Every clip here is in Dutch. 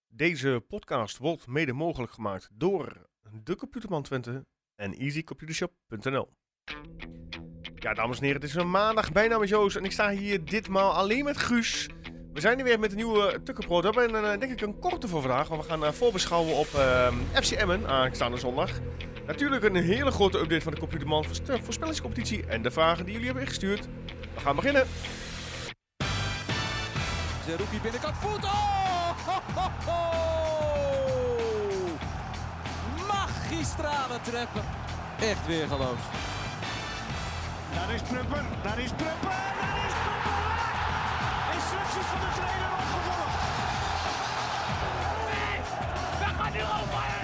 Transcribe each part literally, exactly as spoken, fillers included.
Deze podcast wordt mede mogelijk gemaakt door de Computerman Twente en easy computershop punt n l. Ja, dames en heren, het is een maandag. Mijn naam is Joost en ik sta hier ditmaal alleen met Guus. We zijn er weer met een nieuwe Tukkenproot. We hebben een, denk ik een korte voor vandaag, want we gaan uh, voorbeschouwen op uh, F C Emmen aanstaande zondag. Natuurlijk een hele grote update van de Computerman voorspellingscompetitie en de vragen die jullie hebben ingestuurd. We gaan beginnen. Zerouki binnenkant voet. Oh! Ho, ho, ho! Magistrale treffen. Echt weer geloof. Daar is Prupper, daar is Prupper, daar is Prupper! Instructies van de trainer opgevolgd. Nee, we gaan nu over!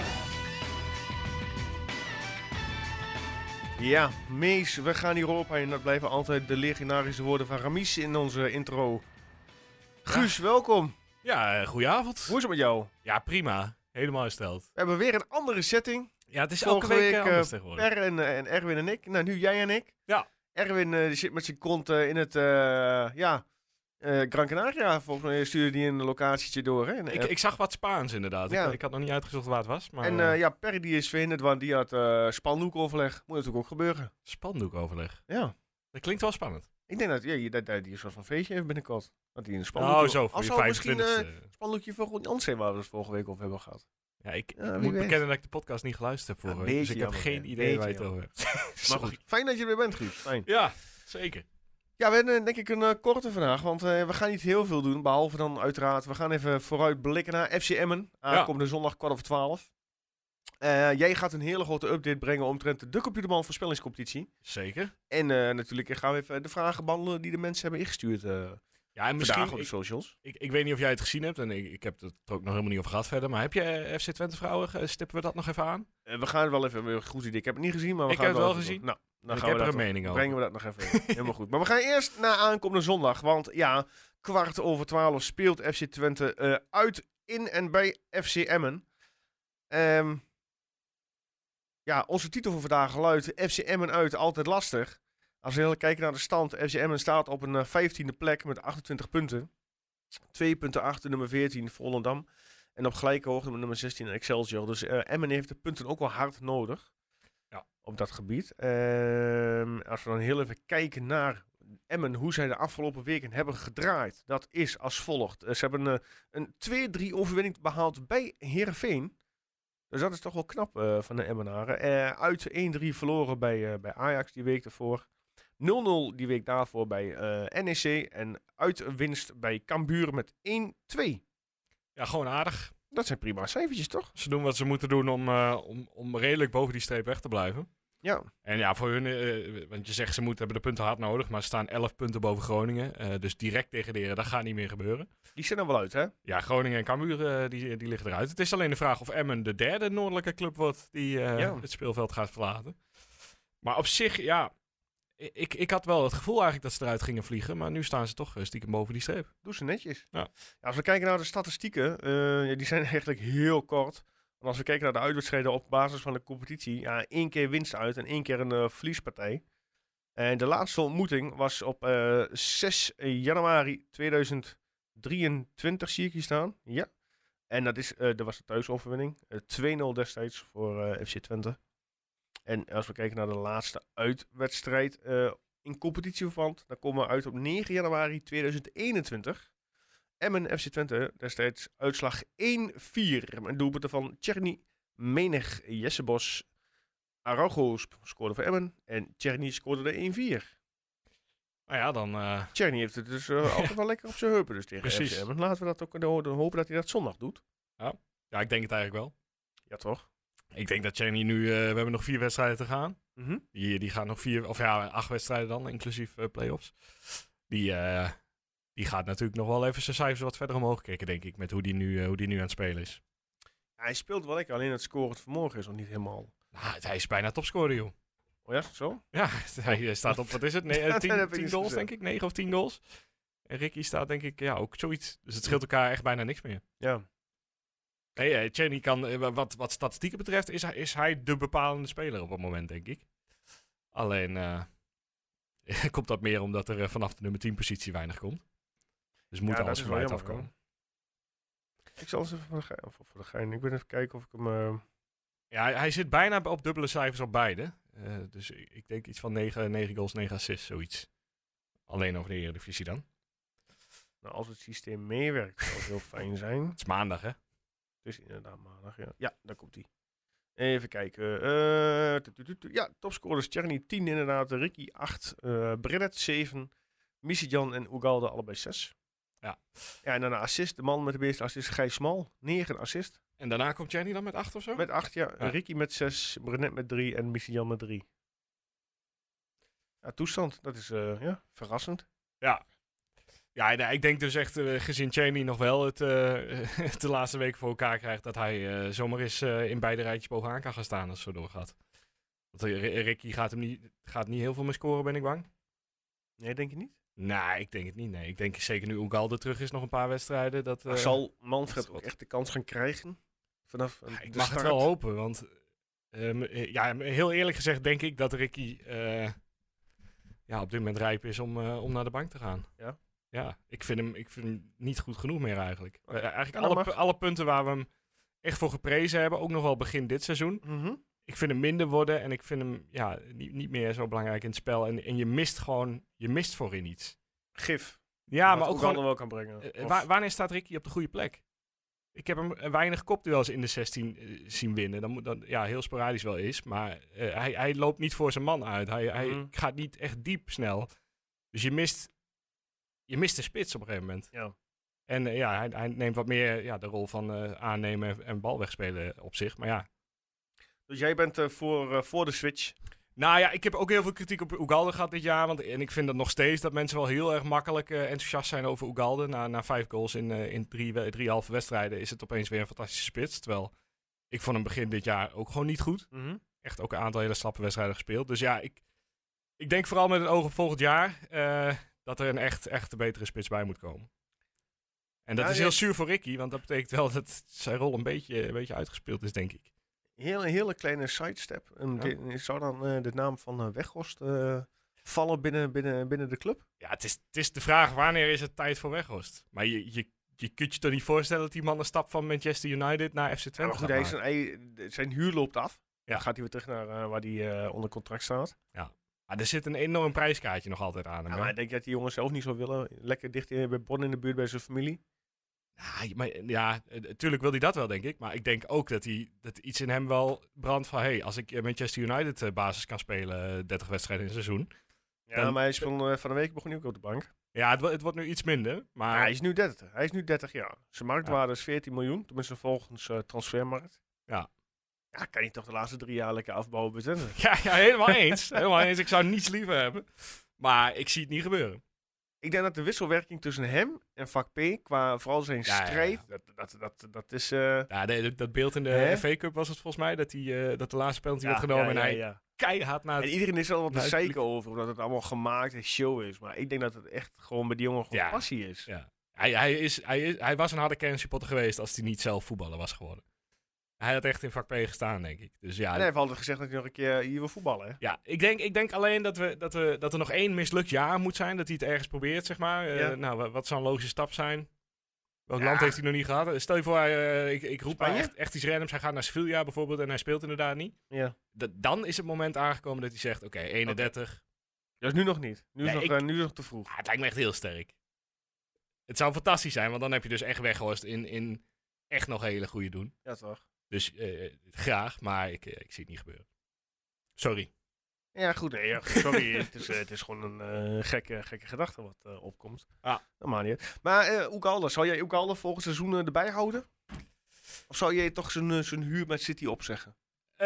Ja, Mees, we gaan Europa en dat blijven altijd de legendarische woorden van Ramis in onze intro. Guus, ja. Welkom. Ja, uh, goedenavond. Hoe is het met jou? Ja, prima. Helemaal hersteld. We hebben weer een andere setting. Ja, het is Vorige elke week, week uh, anders uh, tegenwoordig. Per en, uh, en Erwin en ik. Nou, nu jij en ik. Ja. Erwin uh, die zit met zijn kont uh, in het, uh, ja, uh, Gran Canaria. Volgens mij stuurde hij een locatietje door. Hè? En, Ik, ik zag wat Spaans inderdaad. Ja. Ik, ik had nog niet uitgezocht waar het was. Maar, en uh, ja, Perry die is verhinderd, want die had uh, spandoekoverleg. Moet natuurlijk ook gebeuren. Spandoekoverleg. Ja. Dat klinkt wel spannend. Ik denk dat, ja, dat, dat die een soort van feestje heeft binnenkort. Dat hij een spandoekje... Oh, zo, voor je vijfentwintigste. Misschien een uh, spandoekje voor Ron Jansen, waar we het vorige week over hebben gehad. Ja, ik Ja, moet weet. bekennen dat ik de podcast niet geluisterd heb Ja, vorige week. Dus ik heb jammer, geen hè. idee Beetje waar je het over hebt. Maar goed, fijn dat je er weer bent, Guus. Fijn. Ja, zeker. Ja, we hebben denk ik een uh, korte vandaag, want uh, we gaan niet heel veel doen. Behalve dan uiteraard, we gaan even vooruit blikken naar F C Emmen. Aankomende ja. zondag kwart over twaalf. Uh, jij gaat een hele grote update brengen omtrent de Computerman voorspellingscompetitie. Zeker. En uh, natuurlijk gaan we even de vragen behandelen die de mensen hebben ingestuurd. Uh, ja, en misschien op de ik, socials. Ik, ik weet niet of jij het gezien hebt en ik, ik heb het er ook nog helemaal niet over gehad verder. Maar heb je F C Twente vrouwen? Stippen we dat nog even aan? Uh, we gaan het wel even, een goed idee. Ik heb het niet gezien, maar we ik gaan heb het wel wel gezien. Nou, dan ik gaan heb we er een dat mening over. Brengen we dat nog even in. Helemaal goed. Maar we gaan eerst naar aankomende zondag. Want ja, kwart over twaalf speelt F C Twente uh, uit in en bij F C Emmen. Um, ja, onze titel voor vandaag luidt F C Emmen uit, altijd lastig. Als we heel kijken naar de stand, F C Emmen staat op een uh, vijftiende plek met achtentwintig punten. twee punten achter nummer veertien Volendam. En op gelijke hoogte met nummer zestien Excelsior. Dus uh, Emmen heeft de punten ook wel hard nodig. Ja. Op dat gebied. Uh, als we dan heel even kijken naar Emmen, hoe zij de afgelopen weken hebben gedraaid. Dat is als volgt. Uh, ze hebben uh, een twee drie overwinning behaald bij Heerenveen. Dus dat is toch wel knap uh, van de Emmenaren. Uh, uit één drie verloren bij, uh, bij Ajax die week ervoor. nul nul die week daarvoor bij uh, N E C. En uit een winst bij Cambuur met één twee. Ja, gewoon aardig. Dat zijn prima cijfertjes, toch? Ze doen wat ze moeten doen om, uh, om, om redelijk boven die streep weg te blijven. Ja. En ja, voor hun, uh, want je zegt ze moeten hebben de punten hard nodig, maar ze staan elf punten boven Groningen. Uh, dus direct degraderen, dat gaat niet meer gebeuren. Die zijn er wel uit, hè? Ja, Groningen en Cambuur, uh, die, die liggen eruit. Het is alleen de vraag of Emmen de derde noordelijke club wordt die uh, ja. het speelveld gaat verlaten. Maar op zich, ja, ik, ik had wel het gevoel eigenlijk dat ze eruit gingen vliegen, maar nu staan ze toch stiekem boven die streep. Doe ze netjes. Ja. Ja, als we kijken naar de statistieken, uh, ja, die zijn eigenlijk heel kort. Want als we kijken naar de uitwedstrijden op basis van de competitie, ja, één keer winst uit en één keer een uh, verliespartij. En de laatste ontmoeting was op uh, zes januari tweeduizend drieëntwintig, zie ik hier staan. Ja. En dat, is, uh, dat was de thuisoverwinning. Uh, twee nul destijds voor uh, F C Twente. En als we kijken naar de laatste uitwedstrijd uh, in competitieverband, dan komen we uit op negen januari tweeduizend eenentwintig. Emmen F C Twente, destijds uitslag één vier. Een doelpunten van Tjerni, Menig, Jessebos, Araujo scoorde voor Emmen en Tjerni scoorde de één vier. Nou ja, dan... Uh... Tjerni heeft het dus uh, altijd wel lekker op zijn heupen dus tegen Precies. F C Emmen. Laten we dat ook dan hopen dat hij dat zondag doet. Ja. ja, ik denk het eigenlijk wel. Ja, toch? Ik denk dat Tjerni nu... Uh, we hebben nog vier wedstrijden te gaan. Mm-hmm. Die, die gaan nog vier... Of ja, acht wedstrijden dan, inclusief uh, play-offs. Die... Uh, Die gaat natuurlijk nog wel even zijn cijfers wat verder omhoog kijken, denk ik. Met hoe die nu, uh, hoe die nu aan het spelen is. Ja, hij speelt wel lekker, alleen het scorend vermogen is nog niet helemaal... Nou, hij is bijna topscorer, joh. Oh ja, zo? Ja, hij staat op, wat is het? Nee, Ja, tien, dat heb ik tien niet goals, gezien. denk ik. Negen of tien goals. En Ricky staat, denk ik, ja, ook zoiets. Dus het scheelt elkaar echt bijna niks meer. Ja. Nee, uh, Tjerni kan, uh, wat, wat statistieken betreft, is hij, is hij de bepalende speler op het moment, denk ik. Alleen uh, komt dat meer omdat er uh, vanaf de nummer tien positie weinig komt. Dus moet Ja, alles dat is wel gelijk jammer, afkomen. hoor. Ik zal eens even voor de gein, of voor de gein. Ik ben even kijken of ik hem... Uh... Ja, hij, hij zit bijna op dubbele cijfers op beide. Uh, dus ik, ik denk iets van negen, negen goals, negen assists, zoiets. Alleen over de Eredivisie dan. Nou, als het systeem meewerkt, zou het heel fijn zijn. Het is maandag, hè? Het is inderdaad maandag, ja. Ja, daar komt hij. Even kijken. Uh, tu, tu, tu, tu. Ja, topscorers Tjerni tien inderdaad. Ricky acht. Uh, Brenet zeven. Missidjan en Ugalde allebei zes. Ja. Ja, en daarna assist. De man met de meeste assist, Gijs Smal. negen assist. En daarna komt Jenny dan met acht of zo? Met acht, ja. ja. Ricky met zes. Brenet met drie. En Missidjan met drie. Ja, toestand. Dat is uh, ja, verrassend. Ja. Ja, ik denk dus echt, uh, gezien Cheney nog wel het uh, de laatste weken voor elkaar krijgt, dat hij uh, zomaar eens uh, in beide rijtjes bovenaan kan gaan staan als het zo doorgaat. Want uh, Ricky gaat hem niet, gaat niet heel veel meer scoren, ben ik bang. Nee, denk je niet? Nee, ik denk het niet. Nee, ik denk zeker nu Ugalde terug is, nog een paar wedstrijden. Dat, uh, zal Manfred ook echt de kans gaan krijgen? Vanaf ja, ik mag start? het wel hopen, want uh, ja, heel eerlijk gezegd denk ik dat Ricky uh, ja, op dit moment rijp is om, uh, om naar de bank te gaan. Ja? Ja, ik vind hem, ik vind hem niet goed genoeg meer eigenlijk. Uh, eigenlijk ja, alle, alle punten waar we hem echt voor geprezen hebben, ook nog wel begin dit seizoen. Mm-hmm. Ik vind hem minder worden en ik vind hem ja, niet, niet meer zo belangrijk in het spel. En, en je mist gewoon, je mist voorin iets. Gif. Ja, maar ook gewoon... wel kan brengen. Uh, wa- wanneer staat Ricky op de goede plek? Ik heb hem weinig kopduels in de zestien uh, zien winnen. Dan moet dan ja, heel sporadisch wel is, maar uh, hij, hij loopt niet voor zijn man uit. Hij, hij mm. gaat niet echt diep snel. Dus je mist... Je mist de spits op een gegeven moment. Ja. En uh, ja, hij, hij neemt wat meer ja, de rol van uh, aannemen en, en bal wegspelen op zich. Maar ja. Dus jij bent uh, voor, uh, voor de switch? Nou ja, ik heb ook heel veel kritiek op Ugalde gehad dit jaar. Want, en ik vind dat nog steeds dat mensen wel heel erg makkelijk uh, enthousiast zijn over Ugalde. Na, na vijf goals in, uh, in drie, drie halve wedstrijden is het opeens weer een fantastische spits. Terwijl ik vond hem begin dit jaar ook gewoon niet goed. Mm-hmm. Echt ook een aantal hele slappe wedstrijden gespeeld. Dus ja, ik, ik denk vooral met het oog op volgend jaar... Uh, dat er een echt, echt betere spits bij moet komen. En dat ja, is heel zuur voor Ricky, want dat betekent wel dat zijn rol een beetje, een beetje uitgespeeld is, denk ik. Heel, een hele kleine sidestep. Um, ja. de, zou dan uh, de naam van uh, Weghorst uh, vallen binnen, binnen, binnen de club? Ja, het is, het is de vraag, wanneer is het tijd voor Weghorst? Maar je, je, je kunt je toch niet voorstellen dat die man een stap van Manchester United naar F C Twente ja, goed, gaat hij zijn, hij, zijn huur loopt af. Ja. Dan gaat hij weer terug naar uh, waar hij uh, onder contract staat. Ja. Maar er zit een enorm prijskaartje nog altijd aan hem. Ja, maar ik denk dat die jongens zelf niet zo willen. Lekker dicht in, bij Bonn in de buurt bij zijn familie. Ja, maar, ja, natuurlijk wil hij dat wel, denk ik. Maar ik denk ook dat, hij, dat iets in hem wel brandt van... Hey, als ik Manchester United uh, basis kan spelen, dertig wedstrijden in een seizoen... Ja, dan, maar hij is van, uh, van de week begon hij ook op de bank. Ja, het, het wordt nu iets minder, maar... Ja, hij is nu dertig. Hij is nu dertig jaar. Zijn marktwaarde ja. is veertien miljoen, tenminste volgens uh, Transfermarkt. Ja. Ja, kan je toch de laatste drie jaar lekker afbouwen bezenden? Ja, ja, helemaal eens. helemaal eens. Ik zou niets liever hebben. Maar ik zie het niet gebeuren. Ik denk dat de wisselwerking tussen hem en Vak P, qua vooral zijn ja, strijd, ja, ja. Dat, dat, dat, dat is... Uh... Ja, nee, dat beeld in de F A Cup was het volgens mij, dat, die, uh, dat de laatste penalty ja, werd genomen ja, ja, en hij ja. keihard naar het... En iedereen is er al wat te zeiken over, omdat het allemaal gemaakt en show is. Maar ik denk dat het echt gewoon bij die jongen gewoon ja. passie is. Ja. Hij, hij, is, hij, is, hij was een harde kernsupporter geweest als hij niet zelf voetballer was geworden. Hij had echt in vak P gestaan, denk ik. Dus ja, en hij heeft altijd gezegd dat hij nog een keer hier wil voetballen. Hè? Ja, ik denk, ik denk alleen dat, we, dat, we, dat er nog één mislukt jaar moet zijn. Dat hij het ergens probeert, zeg maar. Uh, ja. Nou, wat zou een logische stap zijn? Welk ja. land heeft hij nog niet gehad? Stel je voor, uh, ik, ik roep maar echt, echt iets randoms. Hij gaat naar Sevilla bijvoorbeeld en hij speelt inderdaad niet. Ja. D- dan is het moment aangekomen dat hij zegt, oké, okay, eenendertig. Okay. Dat is nu nog niet. Nu is, nee, nog, ik, uh, nu is nog te vroeg. Ja, het lijkt me echt heel sterk. Het zou fantastisch zijn, want dan heb je dus echt Weghorst in, in echt nog hele goede doen. Ja, toch? Dus uh, graag, maar ik, uh, ik zie het niet gebeuren. Sorry. Ja, goed. Nee, ja, goed sorry. het, is, uh, het is gewoon een uh, gekke, gekke gedachte wat uh, opkomt. Ah. Dat maakt niet. Maar uh, Ugalde, zou jij Ugalde volgend seizoen uh, erbij houden? Of zou jij toch zijn, uh, zijn huur met City opzeggen?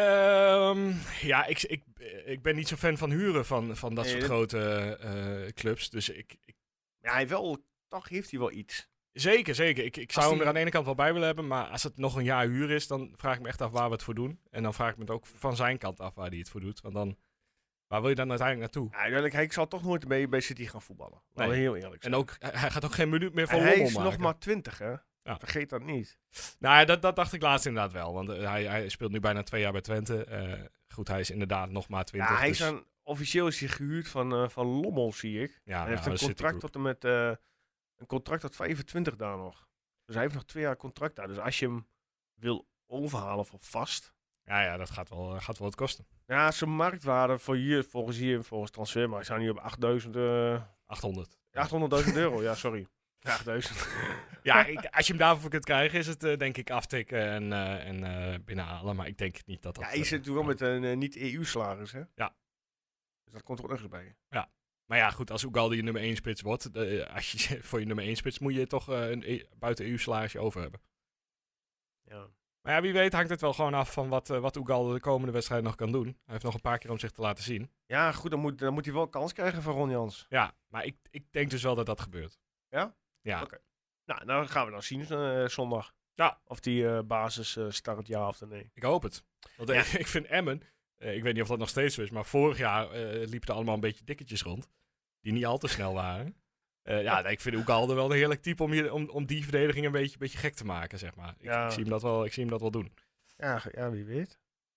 Um, ja, ik, ik, ik ben niet zo fan van huren van, van dat nee, soort grote uh, clubs. Dus ik, ik... Ja, hij wel, toch heeft hij wel iets. Zeker, zeker. Ik, ik zou die... hem er aan de ene kant wel bij willen hebben, maar als het nog een jaar huur is, dan vraag ik me echt af waar we het voor doen. En dan vraag ik me het ook van zijn kant af waar hij het voor doet. Want dan, waar wil je dan uiteindelijk naartoe? Ja, uiteindelijk, hij zal toch nooit bij, bij City gaan voetballen. Nee. Wel heel eerlijk zijn. En ook, hij gaat ook geen minuut meer voor Lommel maken. Hij is nog maar twintig, hè? Ja. Vergeet dat niet. Nou, dat, dat dacht ik laatst inderdaad wel. Want uh, hij, hij speelt nu bijna twee jaar bij Twente. Uh, goed, hij is inderdaad nog maar twintig. Ja, hij dus... is aan, officieel is hij gehuurd van, uh, van Lommel, zie ik. Ja, hij heeft nou, een contract tot en met... Uh, een contract tot vijfentwintig daar nog. Dus hij heeft nog twee jaar contract daar. Dus als je hem wil overhalen voor vast. Ja, ja, dat gaat wel, gaat wel wat kosten. Ja, zijn marktwaarde voor hier, volgens hier, volgens Transfermarkt, zijn nu op achtduizend... Uh, achthonderd. achthonderdduizend euro, ja, sorry. achtduizend. Ja, ik, als je hem daarvoor kunt krijgen, is het uh, denk ik aftikken en, uh, en uh, binnenhalen. Maar ik denk niet dat dat... Ja, hij zit natuurlijk wel met een uh, niet-E U-salaris, hè? Ja. Dus dat komt er ook nog eens bij. Ja. Maar ja, goed, als Ugalde je nummer één spits wordt, uh, als je, voor je nummer één spits moet je toch uh, een e- buiten-E U-salarisje over hebben. Ja. Maar ja, wie weet hangt het wel gewoon af van wat, uh, wat Ugalde de komende wedstrijd nog kan doen. Hij heeft nog een paar keer om zich te laten zien. Ja, goed, dan moet, dan moet hij wel kans krijgen van Ron Jans. Ja, maar ik, ik denk dus wel dat dat gebeurt. Ja? Ja. Oké. Okay. Nou, dan gaan we dan zien uh, zondag. Ja. Of die uh, basis uh, start ja of nee. Ik hoop het. Want ja. ik, ik vind Emmen, uh, ik weet niet of dat nog steeds zo is, maar vorig jaar uh, liepen er allemaal een beetje dikketjes rond. Die niet al te snel waren. Uh, ja, ik vind Ugalde wel een heerlijk type om, je, om, om die verdediging een beetje, beetje gek te maken, zeg maar. Ik, ja. ik, zie hem dat wel, ik zie hem dat wel doen. Ja, ja, wie weet.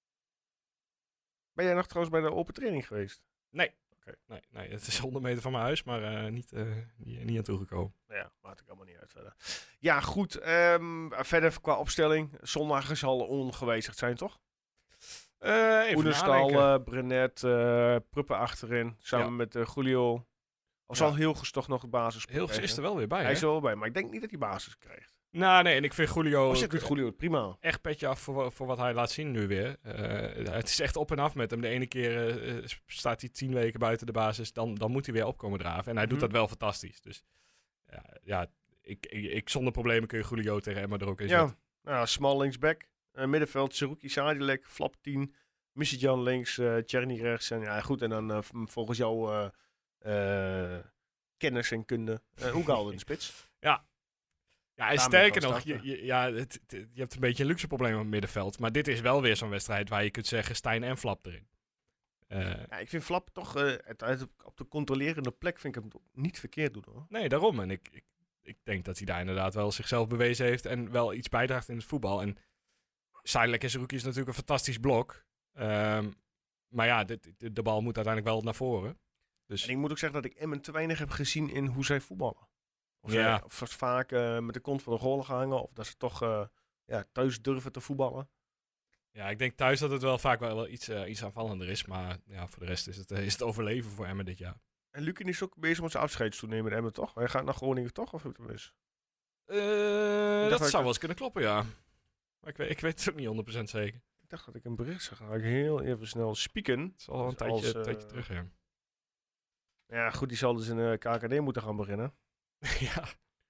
Ben jij nog trouwens bij de open training geweest? Nee. Okay. Nee, nee, het is honderd meter van mijn huis, maar uh, niet, uh, niet, niet aan toegekomen. Ja, maakt ik allemaal niet uit verder. Ja, goed. Um, verder qua opstelling. Zondag zal ongewijzigd zijn, toch? Uh, Oenerstal, uh, Brenet, uh, Pruppen achterin. Samen ja. met uh, Julio. Of ja. zal Hilgers toch nog de basis Hilgers krijgen? Is er wel weer bij, Hij hè? is er wel bij, maar ik denk niet dat hij basis krijgt. Nou, nee, en ik vind Julio... Oh, zit Julio prima. Echt petje af voor, voor wat hij laat zien nu weer. Uh, het is echt op en af met hem. De ene keer uh, staat hij tien weken buiten de basis. Dan, dan moet hij weer opkomen draven. En hij mm-hmm. doet dat wel fantastisch. Dus ja, ja ik, ik, ik, zonder problemen kun je Julio tegen Emma er ook in ja. zetten. Ja, smal linksback. Uh, middenveld, Seruki Sadilek, Flap tien. Missidjan links, uh, Tjerni rechts. En ja, goed. En dan uh, volgens jou uh, uh, kennis en kunde. Uh, Ugalde in de spits. Ja. Ja, en sterker nog, je, je, ja, het, het, je hebt een beetje een luxe probleem op het middenveld. Maar dit is wel weer zo'n wedstrijd waar je kunt zeggen Stijn en Flap erin. Uh, ja, ik vind Flap toch uh, het, het, op de controlerende plek vind ik hem niet verkeerd doen, hoor. Nee, daarom. En ik, ik, ik denk dat hij daar inderdaad wel zichzelf bewezen heeft en wel iets bijdraagt in het voetbal. En Sadilek en Seruki is natuurlijk een fantastisch blok. Um, maar ja, de, de, de bal moet uiteindelijk wel naar voren. Dus... En ik moet ook zeggen dat ik Emmen te weinig heb gezien in hoe zij voetballen. Of, ja. zij, of ze vaak uh, met de kont van de goal gaan hangen. Of dat ze toch uh, ja, thuis durven te voetballen. Ja, ik denk thuis dat het wel vaak wel, wel iets, uh, iets aanvallender is. Maar ja, voor de rest is het, uh, is het overleven voor Emmen dit jaar. En Lukin is ook bezig met zijn afscheidstoernemen met Emmen, toch? Hij gaat naar Groningen, toch? Of het is? Uh, dat zou wel eens kunnen kloppen, ja. Maar ik weet, ik weet het ook niet honderd procent zeker. Ik dacht dat ik een bericht zag. Ga ik heel even snel spieken. Het is al een dus tijdje, als, uh, tijdje terug, ja. Ja, goed, die zal dus in de K K D moeten gaan beginnen. ja.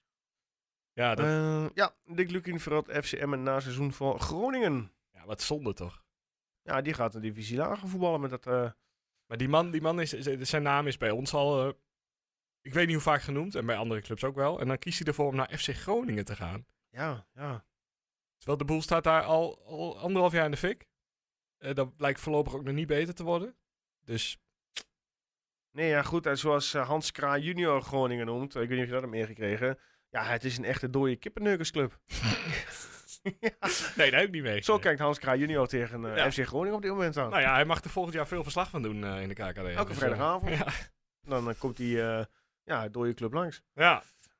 Ja, dat... uh, ja, Dick Lukin verraadt F C Emmen na seizoen voor Groningen. Ja, wat zonde toch? Ja, die gaat een divisie lager voetballen met dat... Uh... Maar die man, die man is, zijn naam is bij ons al, uh, ik weet niet hoe vaak genoemd, en bij andere clubs ook wel. En dan kiest hij ervoor om naar F C Groningen te gaan. Ja, ja. Terwijl de boel staat daar al, al anderhalf jaar in de fik. Uh, dat lijkt voorlopig ook nog niet beter te worden. Dus... Nee, ja goed, en zoals uh, Hans Kraaij junior Groningen noemt, ik weet niet of je dat hebt meegekregen. Ja, het is een echte dode kippenneukersclub. ja. Nee, dat heb ik niet mee. Zo kijkt Hans Kraaij junior tegen uh, ja. F C Groningen op dit moment aan. Nou ja, hij mag er volgend jaar veel verslag van doen uh, in de K K D. Elke dus, vrijdagavond. Uh, ja. Dan uh, komt die uh, ja, dode club langs. Ja.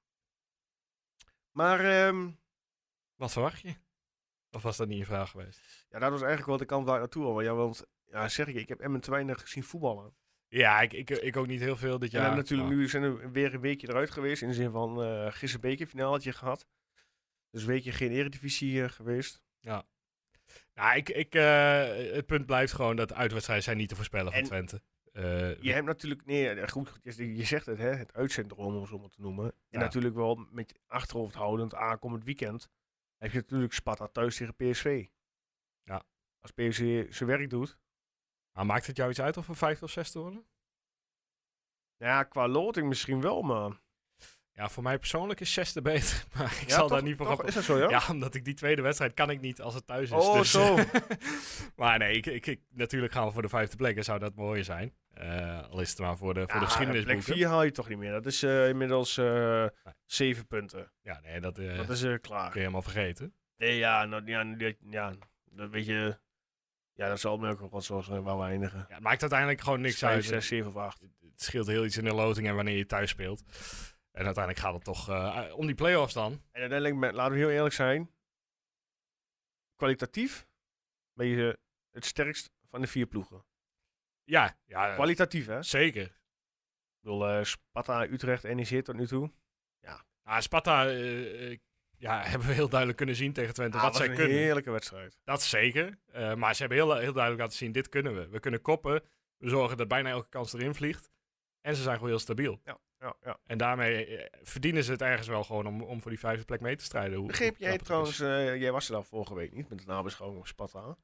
Maar... Um, wat verwacht je? Of was dat niet een vraag geweest? Ja, dat was eigenlijk wel de kant waar ik naartoe wil. Ja, want, ja, zeg ik, ik heb Emmen te weinig gezien voetballen. Ja, ik, ik, ik ook niet heel veel dit jaar. En natuurlijk, nu zijn we weer een weekje eruit geweest. In de zin van uh, gisteren bekerfinaaltje gehad. Dus een weekje geen eredivisie uh, geweest. Ja. Nou, ik, ik, uh, het punt blijft gewoon dat uitwedstrijden zijn niet te voorspellen van en Twente. Uh, je hebt natuurlijk, nee, goed, je, je zegt het, hè, het uitsyndroom, om het zo maar te noemen. En ja. natuurlijk wel met achterhoofd houdend aankomend weekend. Heb je natuurlijk Sparta thuis tegen P S V. Ja. Als P S V zijn werk doet. Maar maakt het jou iets uit of we vijfde of zesde worden? Ja, qua loting misschien wel, maar... Ja, voor mij persoonlijk is zesde beter. Maar ik ja, zal toch, daar niet voor toch, op... Is dat zo, ja? Ja, omdat ik die tweede wedstrijd kan ik niet als het thuis is. Oh, dus, zo. maar nee, ik, ik, ik, natuurlijk gaan we voor de vijfde plek. En zou dat mooier zijn. Uh, al is het maar voor de, voor ja, de geschiedenisboeken. Plek vier haal je toch niet meer. Dat is uh, inmiddels uh, nee. zeven punten. Ja, nee, dat, uh, dat is uh, klaar. Kun je helemaal vergeten. Nee, ja, nou, ja, ja, dat weet je... Ja, dat zal me ook nog wat zoals waar we eindigen. Ja, het maakt uiteindelijk gewoon niks vijf, uit. zes, zeven of acht. Het scheelt heel iets in de loting en wanneer je thuis speelt. En uiteindelijk gaat het toch uh, om die play-offs dan. En uiteindelijk, met, laten we heel eerlijk zijn. Kwalitatief ben je het sterkst van de vier ploegen. Ja, ja kwalitatief hè? Zeker. Ik bedoel, uh, Sparta, Utrecht, N E C tot nu toe. Ja, ah, Sparta uh, uh, ja, hebben we heel duidelijk kunnen zien tegen Twente. Ah, wat was zij een kunnen. heerlijke wedstrijd. Dat zeker. Uh, maar ze hebben heel, heel duidelijk laten zien, dit kunnen we. We kunnen koppen. We zorgen dat bijna elke kans erin vliegt. En ze zijn gewoon heel stabiel. Ja, ja, ja. En daarmee uh, verdienen ze het ergens wel gewoon om, om voor die vijfde plek mee te strijden. Hoe, Begreep hoe jij trouwens, uh, jij was er dan vorige week niet met de nabeschouwing op Sparta.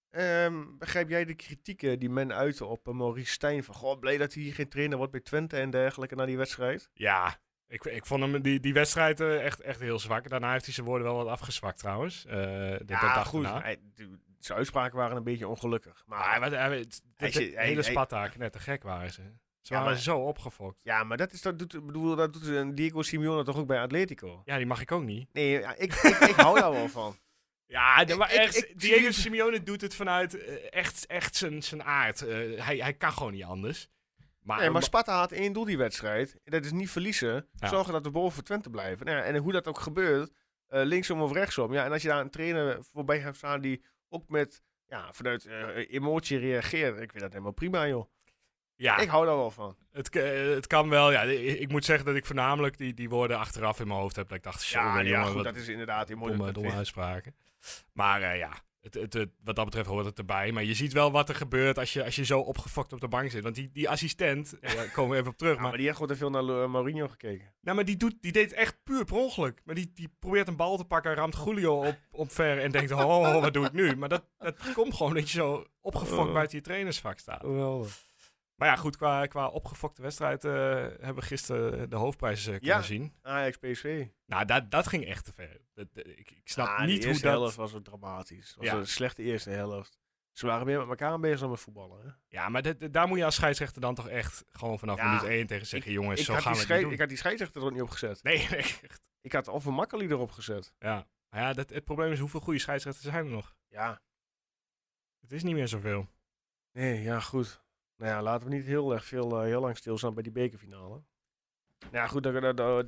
Um, begrijp jij de kritieken die men uitte op uh, Maurice Stijn? Van, goh, blij dat hij hier geen trainer wordt bij Twente en dergelijke na die wedstrijd? Ja, ik, ik vond hem die, die wedstrijd uh, echt, echt heel zwak. Daarna heeft hij zijn woorden wel wat afgezwakt trouens. Uh, de, ja, de goed. Hij, de, zijn uitspraken waren een beetje ongelukkig. Maar ah, hij, hij, het, hij, de, de hij, hele hij, Sparta, net te gek waren ze. Ze ja, waren maar, zo opgefokt. Ja, maar dat, is, dat, doet, bedoel, dat doet Diego Simeone toch ook bij Atletico? Ja, die mag ik ook niet. Nee, ja, ik, ik, ik hou daar wel van. Ja, de, maar ik, echt, ik, ik, Diego Simeone doet het vanuit uh, echt, echt zijn, zijn aard. Uh, hij, hij kan gewoon niet anders. Maar, nee, maar Sparta had één doel die wedstrijd. Dat is niet verliezen. Ja. Zorgen dat we boven Twente blijven. Nou ja, en hoe dat ook gebeurt, uh, linksom of rechtsom. Ja, en als je daar een trainer voorbij hebt staan die ook met ja, vanuit uh, emotie reageert. Ik vind dat helemaal prima, joh. Ja, ik hou daar wel van. Het, het kan wel. Ja, ik moet zeggen dat ik voornamelijk die, die woorden achteraf in mijn hoofd heb. Dat ik dacht, ja, jongen, ja jongen, goed, wat dat is inderdaad die mooie domme, domme uitspraken. Maar uh, ja, het, het, het, wat dat betreft hoort het erbij. Maar je ziet wel wat er gebeurt als je, als je zo opgefokt op de bank zit. Want die, die assistent, ja. daar komen we even op terug. Ja, maar, maar die heeft gewoon te veel naar uh, Mourinho gekeken. Nou, maar die, doet, die deed echt puur per ongeluk. Maar die, die probeert een bal te pakken, ramt Julio op, op ver en denkt, oh, wat doe ik nu? Maar dat, dat komt gewoon dat je zo opgefokt uh. buiten je trainersvak staat. Geweldig. Maar ja, goed, qua, qua opgefokte wedstrijd uh, hebben we gisteren de hoofdprijs uh, kunnen ja, zien. Ajax P S V. Nou, dat, dat ging echt te ver. Dat, dat, ik, ik snap ah, niet de hoe dat... De eerste helft was het dramatisch. Het was ja. een slechte eerste helft. Ze waren meer met elkaar bezig dan met voetballen. Hè? Ja, maar de, de, daar moet je als scheidsrechter dan toch echt gewoon vanaf ja, minuut één tegen zeggen, ik, jongens, ik zo gaan we scheid, het niet doen. Ik had die scheidsrechter er ook niet op gezet. Nee, nee. Echt. Ik had Offer Makkeli erop gezet. Ja, maar ja dat, het probleem is hoeveel goede scheidsrechters zijn er nog? Ja. Het is niet meer zoveel. Nee, ja, goed. Nou ja, laten we niet heel erg veel, uh, heel lang stilstaan bij die bekerfinale. Nou ja, goed, dat, dat, dat,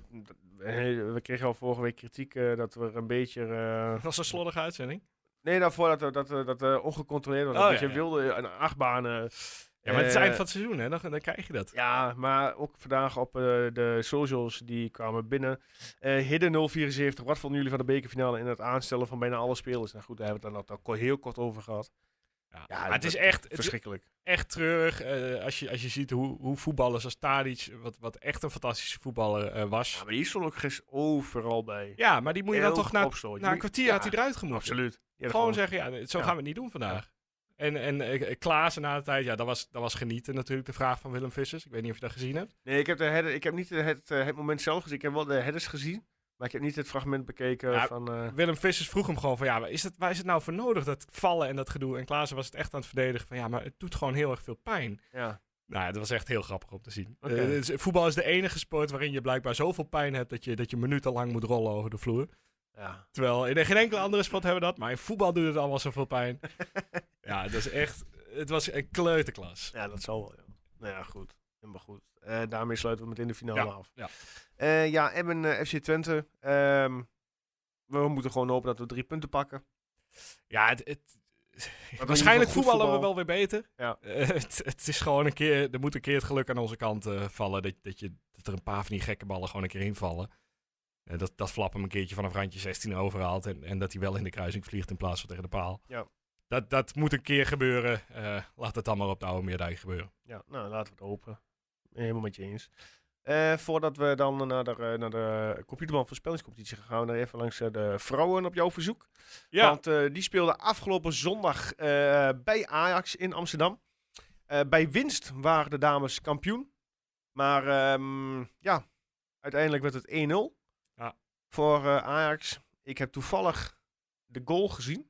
we kregen al vorige week kritiek uh, dat we een beetje... Uh, dat was een slordige uitzending? Nee, daarvoor dat dat, dat, dat uh, ongecontroleerd was. Oh, dat ja, je ja. wilde een achtbaan... Uh, ja, maar het is uh, eind van het seizoen, hè? Dan, dan krijg je dat. Ja, maar ook vandaag op uh, de socials die kwamen binnen. Uh, Hidden nul vierenzeventig, wat vonden jullie van de bekerfinale in het aanstellen van bijna alle spelers? Nou goed, daar hebben we het dan al heel kort over gehad. Ja, ja, maar het is echt verschrikkelijk. Het is echt treurig uh, als, je, als je ziet hoe, hoe voetballers als Tadic, wat, wat echt een fantastische voetballer uh, was. Ja, maar die stond ook overal bij. Ja, maar die moet je dan toch na, na een kwartier ja, had hij eruit gemoeten. Absoluut. Gewoon, gewoon zeggen, ja, zo ja. gaan we het niet doen vandaag. Ja. En, en uh, Klaassen na de tijd, ja, dat was, dat was genieten natuurlijk, de vraag van Willem Vissers. Ik weet niet of je dat gezien hebt. Nee, ik heb, de header, ik heb niet het, uh, het moment zelf gezien. Ik heb wel de headers gezien. Maar ik heb niet het fragment bekeken ja, van... Uh... Willem Vissers vroeg hem gewoon van, ja, is het, waar is het nou voor nodig, dat vallen en dat gedoe? En Klaassen was het echt aan het verdedigen van, ja, maar het doet gewoon heel erg veel pijn. Ja. Nou ja, dat was echt heel grappig om te zien. Okay. Uh, dus voetbal is de enige sport waarin je blijkbaar zoveel pijn hebt dat je, dat je minutenlang moet rollen over de vloer. Ja. Terwijl in geen enkele andere sport hebben we dat, maar in voetbal doet het allemaal zoveel pijn. Ja, dat is echt, het was een kleuterklas. Ja, dat zal wel, ja. Nou ja, goed. Helemaal goed. Uh, daarmee sluiten we meteen de finale ja. af. Ja, uh, ja Emmen uh, F C Twente. Um, we moeten gewoon hopen dat we drie punten pakken. Ja, het... het waarschijnlijk voetballen voetbal. we wel weer beter. Ja. Uh, het, het is gewoon een keer, er moet een keer het geluk aan onze kant uh, vallen. Dat, dat, je, dat er een paar van die gekke ballen gewoon een keer invallen. Uh, dat, dat Flap hem een keertje vanaf randje zestien overhaalt. En, en dat hij wel in de kruising vliegt in plaats van tegen de paal. Ja. Dat, dat moet een keer gebeuren. Uh, laat het dan maar op de oude Meerdijk gebeuren. Ja, nou laten we het hopen. Helemaal met je eens. Uh, voordat we dan naar de, naar de computerman voorspellingscompetitie gaan, gaan we even langs de vrouwen op jouw verzoek. Ja. Want uh, die speelden afgelopen zondag uh, bij Ajax in Amsterdam. Uh, bij winst waren de dames kampioen. Maar um, ja, uiteindelijk werd het één nul ja. voor uh, Ajax. Ik heb toevallig de goal gezien.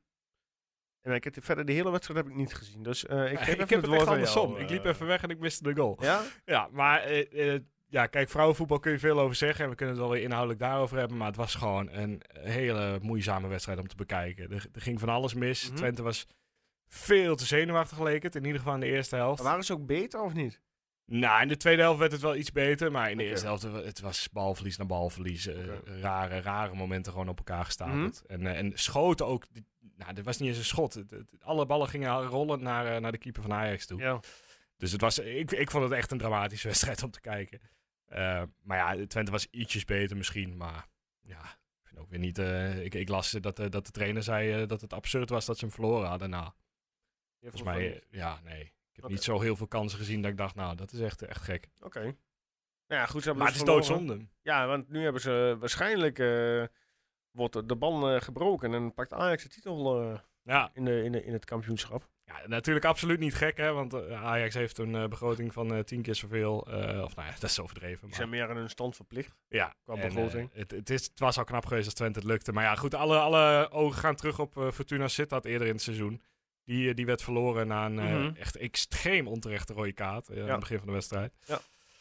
En ik heb verder de hele wedstrijd heb ik niet gezien. Dus uh, ik, ja, heb, ik heb het, het echt andersom. andersom. Uh, ik liep even weg en ik miste de goal. Ja? Ja, maar uh, uh, ja, kijk, vrouwenvoetbal kun je veel over zeggen. En we kunnen het wel weer inhoudelijk daarover hebben. Maar het was gewoon een hele moeizame wedstrijd om te bekijken. Er, er ging van alles mis. Mm-hmm. Twente was veel te zenuwachtig, leek het. In ieder geval in de eerste helft. Maar waren ze ook beter of niet? Nou, in de tweede helft werd het wel iets beter. Maar in de Okay. eerste helft uh, het was balverlies na balverlies. Uh, Okay. Rare, rare momenten gewoon op elkaar gestapeld. Mm-hmm. En, uh, en schoten ook. Die, nou, er was niet eens een schot. Het, het, alle ballen gingen rollen naar, uh, naar de keeper van Ajax toe. Ja. Dus het was, ik, ik vond het echt een dramatische wedstrijd om te kijken. Uh, maar ja, Twente was ietsjes beter misschien. Maar ja, ik vind ook weer niet... Uh, ik, ik las dat, uh, dat de trainer zei uh, dat het absurd was dat ze hem verloren hadden. Nou, volgens mij... Uh, ja, nee. Ik heb okay. niet zo heel veel kansen gezien dat ik dacht, nou, dat is echt, echt gek. Oké. Okay. Nou ja, goed, ze hebben maar dus het is doodzonde. Ja, want nu hebben ze waarschijnlijk... Uh, wordt de bal uh, gebroken en pakt Ajax de titel uh, ja. in, de, in, de, in het kampioenschap. Ja, natuurlijk absoluut niet gek, hè, want uh, Ajax heeft een uh, begroting van uh, tien keer zoveel. Uh, of nou ja, dat is overdreven. Maar... Die zijn meer aan hun stand verplicht. Ja, qua begroting. Uh, het, het, is, het was al knap geweest als Twente het lukte. Maar ja, goed, alle, alle ogen gaan terug op uh, Fortuna Sittard eerder in het seizoen. Die, uh, die werd verloren na een uh, mm-hmm. echt extreem onterechte rode kaart uh, ja. aan het begin van de wedstrijd. Ja.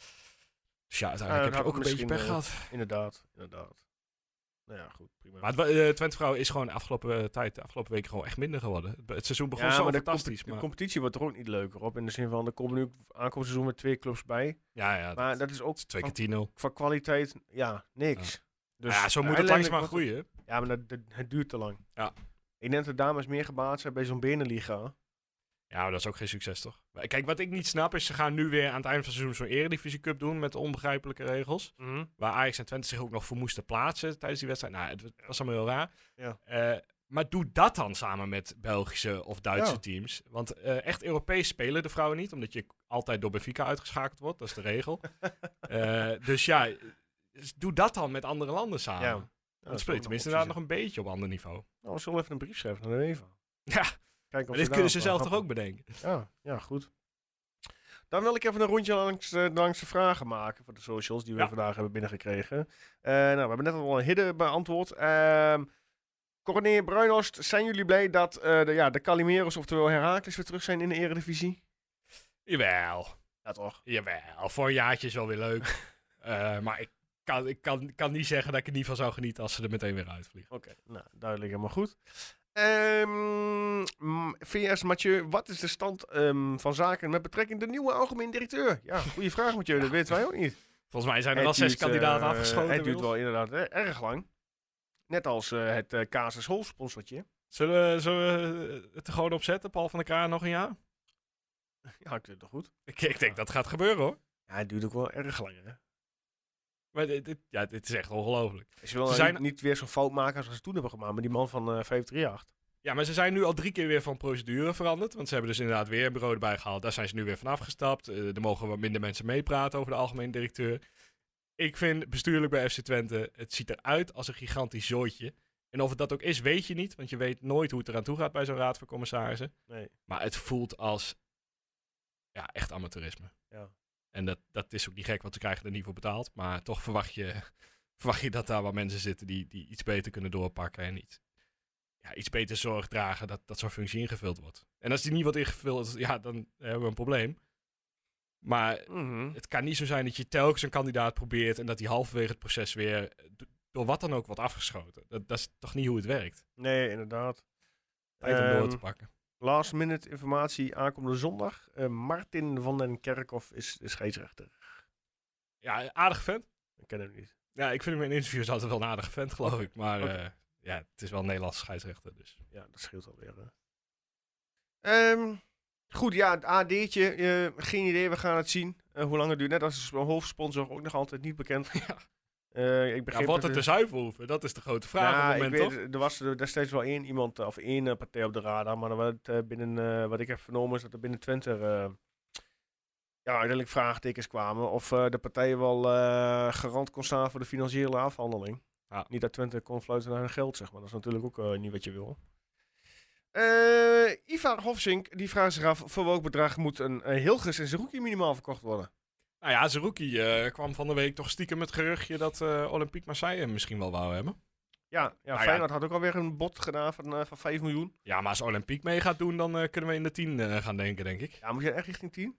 Dus ja, uiteindelijk uh, heb je ook een beetje pech uh, gehad. Inderdaad, inderdaad. Nou ja, goed, prima. Maar het, uh, Twente vrouw is gewoon de afgelopen uh, tijd, de afgelopen weken gewoon echt minder geworden. Het, het seizoen begon ja, zo maar fantastisch. De, maar... de competitie wordt er ook niet leuker op. In de zin van, er komen nu aankomend seizoen met twee clubs bij. Ja, ja. Maar dat, dat is ook is twee keer tien nul. Van kwaliteit, ja, niks. Ja, dus, ja zo moet het langzaam maar groeien. Ja, maar dat, dat, het duurt te lang. Ja. Ik denk dat de dames meer gebaat zijn bij zo'n Beneliga. Ja, maar dat is ook geen succes, toch? Kijk, wat ik niet snap is, ze gaan nu weer aan het einde van het seizoen zo'n Eredivisie Cup doen met onbegrijpelijke regels. Mm-hmm. Waar Ajax en Twente zich ook nog voor moesten plaatsen tijdens die wedstrijd. Nou, het was allemaal heel raar. Ja. Uh, maar doe dat dan samen met Belgische of Duitse ja. teams. Want uh, echt Europees spelen de vrouwen niet, omdat je altijd door Benfica uitgeschakeld wordt. Dat is de regel. uh, dus ja, doe dat dan met andere landen samen. Ja. Ja, dan speel je tenminste inderdaad nog een beetje op ander niveau. Nou, we zullen even een brief schrijven naar de UEFA. Ja. Kijk maar dit kunnen ze zelf toch ook bedenken? Ja, ja, goed. Dan wil ik even een rondje langs, uh, langs de vragen maken voor de socials die we ja. vandaag hebben binnengekregen. Uh, nou, we hebben net al een hidden beantwoord. Uh, Corné Bruinhorst, zijn jullie blij dat uh, de, ja, de Calimeros, oftewel Heracles, weer terug zijn in de Eredivisie? Jawel. Ja, toch? Jawel. Voor een jaartje is wel weer leuk. uh, maar ik kan, ik kan, kan niet zeggen dat ik er niet van zou genieten als ze er meteen weer uitvliegen. Oké, okay, nou, duidelijk, helemaal goed. Um, V S Mathieu, wat is de stand um, van zaken met betrekking tot de nieuwe algemeen directeur? Ja, goede vraag Mathieu, dat weten wij ook niet. Volgens mij zijn er al zes kandidaten uh, afgeschoten. Het duurt wel inderdaad hè, erg lang. Net als uh, het uh, Casus Hol sponsortje. Zullen we, zullen we het er gewoon op zetten, Paul van der Kraan nog een jaar? Ja, ik vind het toch goed. Ik, ik denk dat gaat gebeuren hoor. Ja, het duurt ook wel erg lang hè. Maar dit, dit, ja, dit is echt ongelooflijk. Ze willen zijn... niet, niet weer zo'n fout maken als ze toen hebben gemaakt met die man van uh, vijf drie acht. Ja, maar ze zijn nu al drie keer weer van procedure veranderd. Want ze hebben dus inderdaad weer een bureau erbij gehaald. Daar zijn ze nu weer van afgestapt. Uh, er mogen wat minder mensen meepraten over de algemeen directeur. Ik vind bestuurlijk bij F C Twente, het ziet eruit als een gigantisch zooitje. En of het dat ook is, weet je niet. Want je weet nooit hoe het eraan toe gaat bij zo'n raad van commissarissen. Nee. Maar het voelt als ja, echt amateurisme. Ja. En dat, dat is ook niet gek, want ze krijgen er niet voor betaald. Maar toch verwacht je, verwacht je dat daar wat mensen zitten die, die iets beter kunnen doorpakken. En iets, ja, iets beter zorg dragen dat, dat zo'n functie ingevuld wordt. En als die niet wordt ingevuld, ja, dan hebben we een probleem. Maar mm-hmm. het kan niet zo zijn dat je telkens een kandidaat probeert en dat die halverwege het proces weer door wat dan ook wordt afgeschoten. Dat, dat is toch niet hoe het werkt? Nee, inderdaad. Tijd om um, door te pakken. Last minute informatie aankomende zondag. Uh, Martin van den Kerkhoff is de scheidsrechter. Ja, aardige vent. Ik ken hem niet. Ja, ik vind hem in interviews altijd wel een aardige vent, geloof okay. ik. Maar okay. uh, ja, het is wel een Nederlandse scheidsrechter. Dus. Ja, dat scheelt alweer. Hè. Um, goed, ja, het A D'tje. Uh, geen idee, we gaan het zien. Uh, hoe lang het duurt. Net als de hoofdsponsor ook nog altijd niet bekend. Ja. Uh, ik ja, wordt het de Zuivelhoeven? Dat is de grote vraag ja, op het moment, ik weet, toch? Er was er destijds wel één iemand, of één uh, partij op de radar, maar wat, uh, binnen, uh, wat ik heb vernomen is dat er binnen Twente uh, ja, uiteindelijk vraagtekens kwamen of uh, de partij wel uh, garant kon staan voor de financiële afhandeling. Ja. Niet dat Twente kon fluiten naar hun geld, zeg maar. Dat is natuurlijk ook uh, niet wat je wil. Uh, Ivar Hofzink, die vraagt zich af, voor welk bedrag moet een uh, Hilgers en Zerouki minimaal verkocht worden? Nou ja, Zerouki uh, kwam van de week toch stiekem met geruchtje dat uh, Olympique Marseille hem misschien wel wou hebben. Ja, ja nou Feyenoord ja. had ook alweer een bod gedaan van, uh, van vijf miljoen. Ja, maar als Olympique mee gaat doen, dan uh, kunnen we in de tien uh, gaan denken, denk ik. Ja, moet je echt richting tien?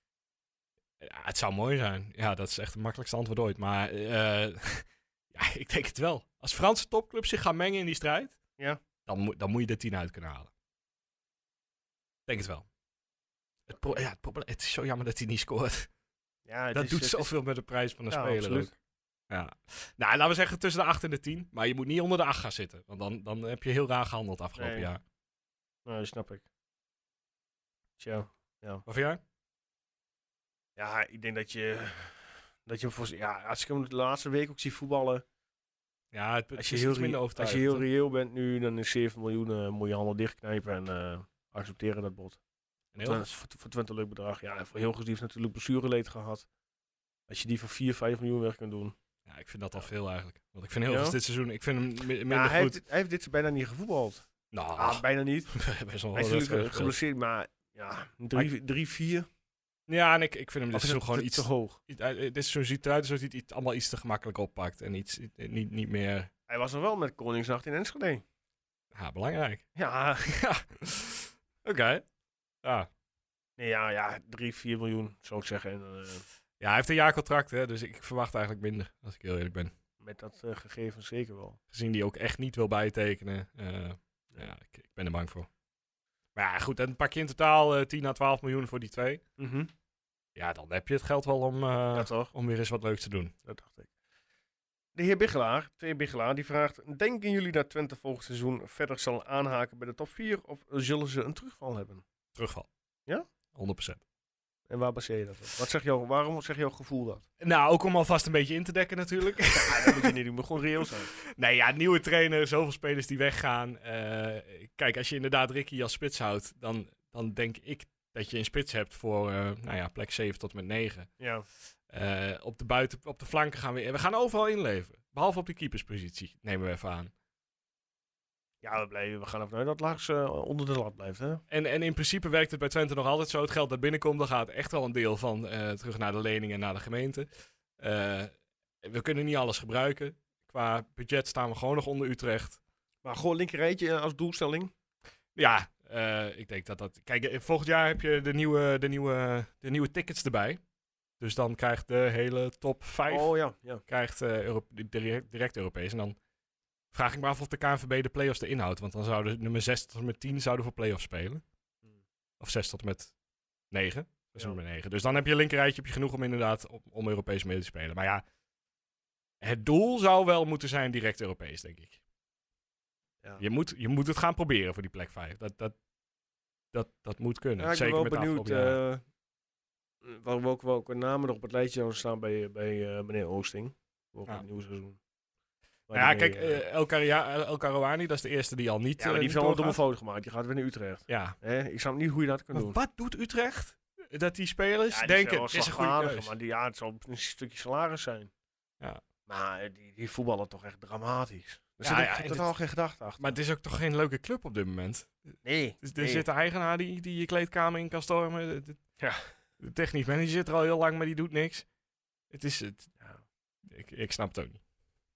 Ja, het zou mooi zijn. Ja, dat is echt het makkelijkste antwoord ooit. Maar uh, ja, ik denk het wel. Als Franse topclubs zich gaan mengen in die strijd, ja. dan, mo- dan moet je de tien uit kunnen halen. Ik denk het wel. Het, pro- ja, het, probleem, het is zo jammer dat hij niet scoort. Ja, het Dat is, doet het zoveel met de prijs van een Ja, speler. absoluut. ook. Ja. Nou, laten we zeggen tussen de acht en de tien. Maar je moet niet onder de acht gaan zitten. Want dan, dan heb je heel raar gehandeld afgelopen Nee. jaar. Is, nou, dat snap ik. Tja, ja. Wat vind jij? Ja, ik denk dat je... Dat je hem voor, ja, als ik hem de laatste week ook zie voetballen... Ja, het, het Als je, is heel, iets minder re- als overtuigend. je heel hè? reëel bent nu, dan is zeven miljoen, uh, moet je allemaal dichtknijpen en uh, accepteren dat bod. En heel- Twente- Voor, voor Twente een leuk bedrag. Ja, en voor Hilgers heeft natuurlijk blessureleed gehad. Als je die voor vier, vijf miljoen weg kan doen. Ja, ik vind dat al veel eigenlijk. Want ik vind heel veel Ja? dit seizoen, ik vind hem mi- minder Ja, hij, goed. heeft, hij heeft dit bijna niet gevoetbald. Nou, Ah, bijna niet. best wel Hij is wel natuurlijk wedstrijden gespeeld. geblesseerd, maar ja, drie, drie vier. Ja, en ik, ik vind hem dit Of is seizoen het gewoon te, iets... te hoog. iets- eh, Dit seizoen ziet eruit alsof hij het iets- allemaal iets te gemakkelijk oppakt. En iets, niet, niet meer... Hij was nog wel met Koningsnacht in Enschede. Ja, belangrijk. Ja, Ja. Oké. Ja. nee, ja, ja, drie, vier miljoen zou ik zeggen. En, uh, Ja, hij heeft een jaar contract, hè, dus ik verwacht eigenlijk minder, als ik heel eerlijk ben. met dat uh, gegeven zeker wel. Gezien die ook echt niet wil bijtekenen. Uh, ja, ik, ik ben er bang voor. Maar ja, goed, dan pak je in totaal uh, tien à twaalf miljoen voor die twee. Mm-hmm. Ja, dan heb je het geld wel om, uh, Ja, toch? om weer eens wat leuks te doen. Dat dacht ik. De heer Biggelaar, twee Biggelaar, die vraagt... Denken jullie dat Twente volgend seizoen verder zal aanhaken bij de top vier? Of zullen ze een terugval hebben? Terugval. Ja? honderd procent. En waar baseer je dat op? Wat zeg jou, waarom zeg jouw gevoel dat? Nou, ook om alvast een beetje in te dekken natuurlijk. Ja, dat moet je niet doen. Je moet gewoon reëel zijn. Nee, ja, nieuwe trainer, zoveel spelers die weggaan. Uh, kijk, als je inderdaad Ricky als spits houdt, dan, dan denk ik dat je een spits hebt voor uh, nou ja, plek zeven tot met negen. Ja. Uh, op, de buiten, op de flanken gaan we... We gaan overal inleveren. Behalve op de keeperspositie, nemen we even aan. Ja, we, blijven, we gaan ervan uit dat Lars uh, onder de lat blijft. Hè? En, en in principe werkt het bij Twente nog altijd zo. Het geld dat binnenkomt, dan gaat echt wel een deel van uh, terug naar de leningen en naar de gemeente. Uh, we kunnen niet alles gebruiken. Qua budget staan we gewoon nog onder Utrecht. Maar gewoon linkerrijtje als doelstelling? Ja, uh, ik denk dat dat... Kijk, volgend jaar heb je de nieuwe, de nieuwe, de nieuwe tickets erbij. Dus dan krijgt de hele top vijf oh, ja, ja. krijgt, uh, Euro- direct, direct Europees. En dan vraag ik me af of de K N V B de play-offs erin houdt. Want dan zouden nummer zes tot en met tien zouden voor play-offs spelen. Hmm. Of zes tot en met negen. Dus, ja. nummer negen. Dus dan heb je een linkerrijtje heb je genoeg om inderdaad om, om Europees mee te spelen. Maar ja, het doel zou wel moeten zijn direct Europees, denk ik. Ja. Je, moet, je moet het gaan proberen voor die plek vijf. Dat, dat, dat, dat moet kunnen. Ja, ik Zeker ben wel met benieuwd uh, welke, welke namen er op het lijstje zouden staan bij, bij uh, meneer Oosting. Voor ja. het nieuwe seizoen. Maar ja, kijk, uh, El, Karia, El Karouani, dat is de eerste die al niet Ja, maar die heeft wel een domme foto gemaakt. Die gaat weer naar Utrecht. Ja. Eh, ik snap niet hoe je dat kan maar doen. wat doet Utrecht? Dat die spelers ja, die denken, het is een goede keus. Maar die, ja, het zal een stukje salaris zijn. Ja. Maar die, die voetballen toch echt dramatisch. Er ja, zit ja, echt totaal dit, geen gedachte achter. Maar het is ook toch geen leuke club op dit moment? Nee. Dus er nee. zit een eigenaar die, die je kleedkamer in kan stormen. De, de, ja. de technisch manager zit er al heel lang, maar die doet niks. Het is het. Ja. Ik, ik snap het ook niet.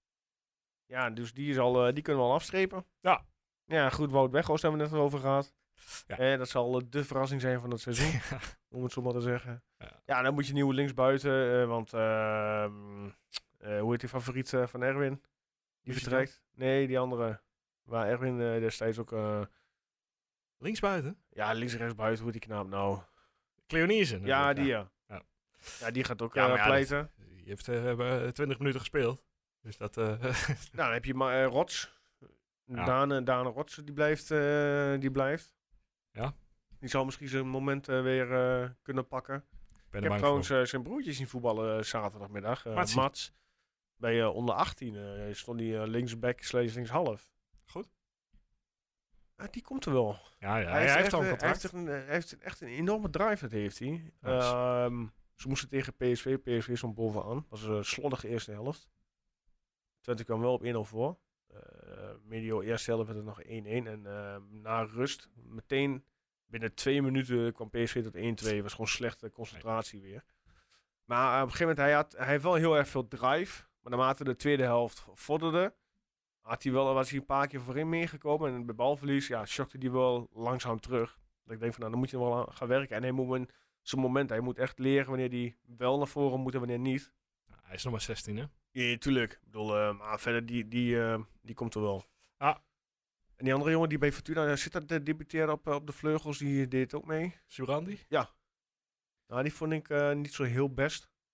Ja, dus die, is al, uh, die kunnen we al afstrepen. Ja. Ja, goed, Wout Weghorst hebben we het net over gehad. Ja. Eh, dat zal uh, de verrassing zijn van het seizoen, ja. om het zo maar te zeggen. Ja, ja dan moet je nieuwe linksbuiten, uh, want uh, uh, hoe heet die favoriet uh, van Erwin? Die vertrekt? Nee, die andere. Waar Erwin uh, destijds ook... Uh, linksbuiten? Ja, links en rechts buiten, hoe heet die knaap nou? Cleonice. Ja, die ja. ja. Ja, die gaat ook ja, uh, ja, pleiten. Dat, die heeft uh, twintig minuten gespeeld. Dus dat... Uh, nou, dan heb je maar uh, Rots. Ja. Daan, Daan Rots, die blijft, uh, die blijft. Ja. Die zal misschien zijn moment uh, weer uh, kunnen pakken. Ben Ik heb trouwens uh, zijn broertjes zien voetballen uh, zaterdagmiddag. Uh, Mats. Bij uh, onder achttien uh, stond hij uh, linksback slash linkshalf. Goed. Uh, die komt er wel. Ja, ja. Hij, hij heeft echt, al een hij contract. heeft, een, hij heeft echt een enorme drive, dat heeft hij. Nice. Uh, um, ze moesten tegen P S V. P S V stond bovenaan. Dat was een slordige eerste helft. Twente kwam wel op één nul voor. Uh, medio eerste helft werd het nog één-één. En uh, na rust, meteen binnen twee minuten kwam P S V tot één twee. Was gewoon slechte concentratie weer. Maar uh, op een gegeven moment, hij, had, hij heeft wel heel erg veel drive. Maar naarmate de tweede helft vorderde, had hij wel, was hij een paar keer voorin meegekomen. En bij balverlies, ja, shockte hij wel langzaam terug. Dat ik denk van, nou, dan moet je wel gaan werken. En hij moet zijn moment, hij moet echt leren wanneer hij wel naar voren moet en wanneer niet. Hij is nog maar zestien, hè? Ja, tuurlijk. Ik bedoel, uh, maar verder, die, die, uh, die komt er wel. Ah. En die andere jongen die bij Fortuna zit, dat uh, debuteerde op, uh, op de vleugels, die deed ook mee. Surandi? Ja. Nou, die vond ik uh, niet zo heel best.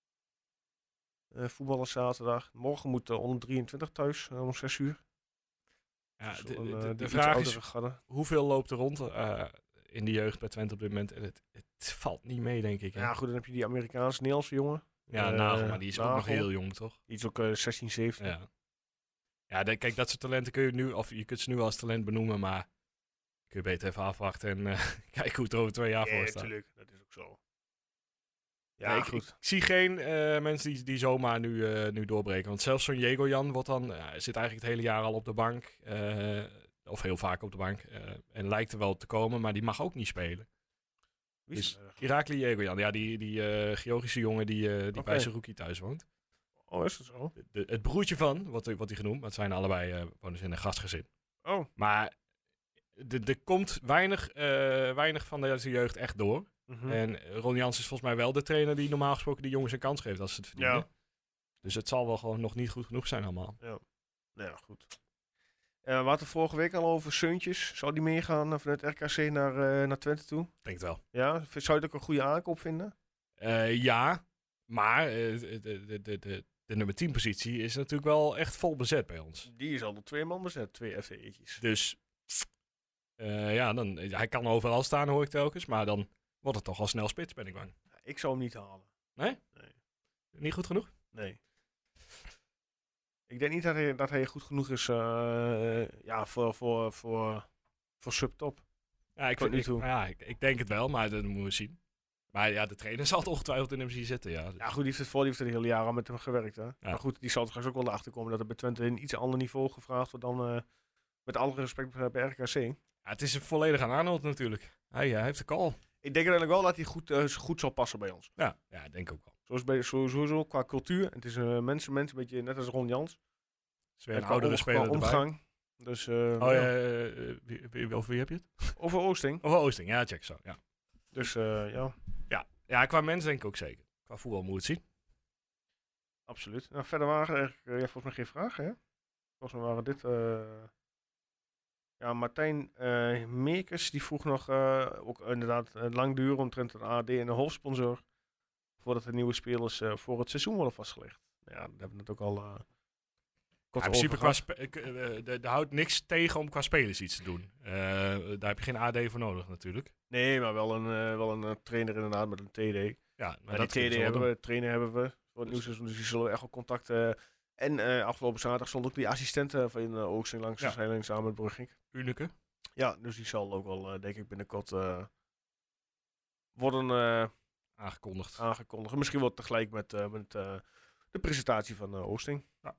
Uh, voetballen zaterdag. Morgen moet uh, onder drieëntwintig thuis uh, om zes uur. Ja, dus de, een, de, uh, de, de vraag is, gadden. hoeveel loopt er rond uh, in de jeugd bij Twente op dit moment? En het, het valt niet mee, denk ik. Hè? Ja, goed, dan heb je die Amerikaanse Nederlandse jongen. Ja, uh, Nagel, maar die is Nagel. ook nog heel jong, toch? Die is ook uh, zestien, zeventien. Ja, ja de, kijk, dat soort talenten kun je nu, of je kunt ze nu als talent benoemen, maar kun je beter even afwachten en uh, kijken hoe het er over twee jaar ja, voor staat. Ja, natuurlijk. Dat is ook zo. Ja, nee, ik, goed. Ik zie geen uh, mensen die, die zomaar nu, uh, nu doorbreken. Want zelfs zo'n Jegojan wordt dan, uh, zit eigenlijk het hele jaar al op de bank. Uh, of heel vaak op de bank. Uh, en lijkt er wel te komen, maar die mag ook niet spelen. Wie dus Irakli Jegojan, ja, die, die uh, Georgische jongen die, uh, die okay. bij zijn rookie thuis woont. Oh, is dat zo? De, de, het broertje van, wordt wat hij genoemd. Het zijn allebei uh, wonen in een gastgezin. Oh. Maar er komt weinig, uh, weinig van deze jeugd echt door. Mm-hmm. En Ron Jans is volgens mij wel de trainer die normaal gesproken die jongens een kans geeft als ze het verdienen. Ja. Dus het zal wel gewoon nog niet goed genoeg zijn allemaal. Ja, nou ja, goed. Uh, we hadden vorige week al over Seuntjes. Zou die meegaan uh, vanuit R K C naar, uh, naar Twente toe? Denk het wel. Ja, zou je het ook een goede aankoop vinden? Uh, ja, maar uh, de, de, de, de, de nummer tien positie is natuurlijk wel echt vol bezet bij ons. Die is al door twee man bezet, twee F C'tjes. Dus uh, ja, dan, hij kan overal staan hoor ik telkens, maar dan wordt het toch al snel spits, ben ik bang. Ja, ik zou hem niet halen. Nee? Nee. Niet goed genoeg? Nee. Ik denk niet dat hij, dat hij goed genoeg is uh, ja, voor, voor, voor, voor subtop. Ja, ik, vind, ik, ja ik, ik denk het wel, maar dat moeten we zien. Maar ja, de trainer zal het ongetwijfeld in hem zien zitten. Ja, dus. ja goed, die heeft het voor, die heeft het hele jaar al met hem gewerkt. Hè? Ja. Maar goed, die zal straks ook wel erachter komen dat er bij Twente een iets ander niveau gevraagd wordt dan uh, met alle respect bij R K C. Ja, het is volledig aan Arnold natuurlijk. Hij, hij heeft de call. Ik denk uiteindelijk wel dat hij goed, uh, goed zal passen bij ons. Ja, ja, ik denk ook wel. Zoals bij, sowieso qua cultuur. Het is een uh, mensen, mensen, een beetje net als Ron Jans. Is weer een oudere speler omgang. Erbij. Dus, uh, oh ja, uh, wie, wie, over wie heb je het? Over Oosting. Over Oosting, ja, check zo, ja. Dus uh, ja. ja. Ja, qua mens denk ik ook zeker. Qua voetbal moet het zien. Absoluut. Nou, verder waren er uh, ja, volgens mij geen vragen, hè? Volgens mij waren dit... Uh... Ja, Martijn uh, Meekers, die vroeg nog uh, ook inderdaad uh, lang duren omtrent een A D en een hoofdsponsor. Voordat de nieuwe spelers uh, voor het seizoen worden vastgelegd. Ja, daar hebben we het ook al... Uh, Ja, in principe qua spe- uh, er houdt niks tegen om qua spelers iets te doen. Uh, daar heb je geen A D voor nodig natuurlijk. Nee, maar wel een, uh, wel een uh, trainer inderdaad met een T D. Ja, maar, maar die T D hebben we, trainer hebben we voor het nieuwe seizoen. Dus die zullen echt wel contact... Uh, en uh, afgelopen zaterdag stond ook die assistenten van uh, Oosting langs de ja. zijlijn samen met Brugink. Unike. Ja, dus die zal ook wel, uh, denk ik, binnenkort uh, worden uh, aangekondigd. aangekondigd. Misschien wel tegelijk met, uh, met uh, de presentatie van uh, Oosting. Ja.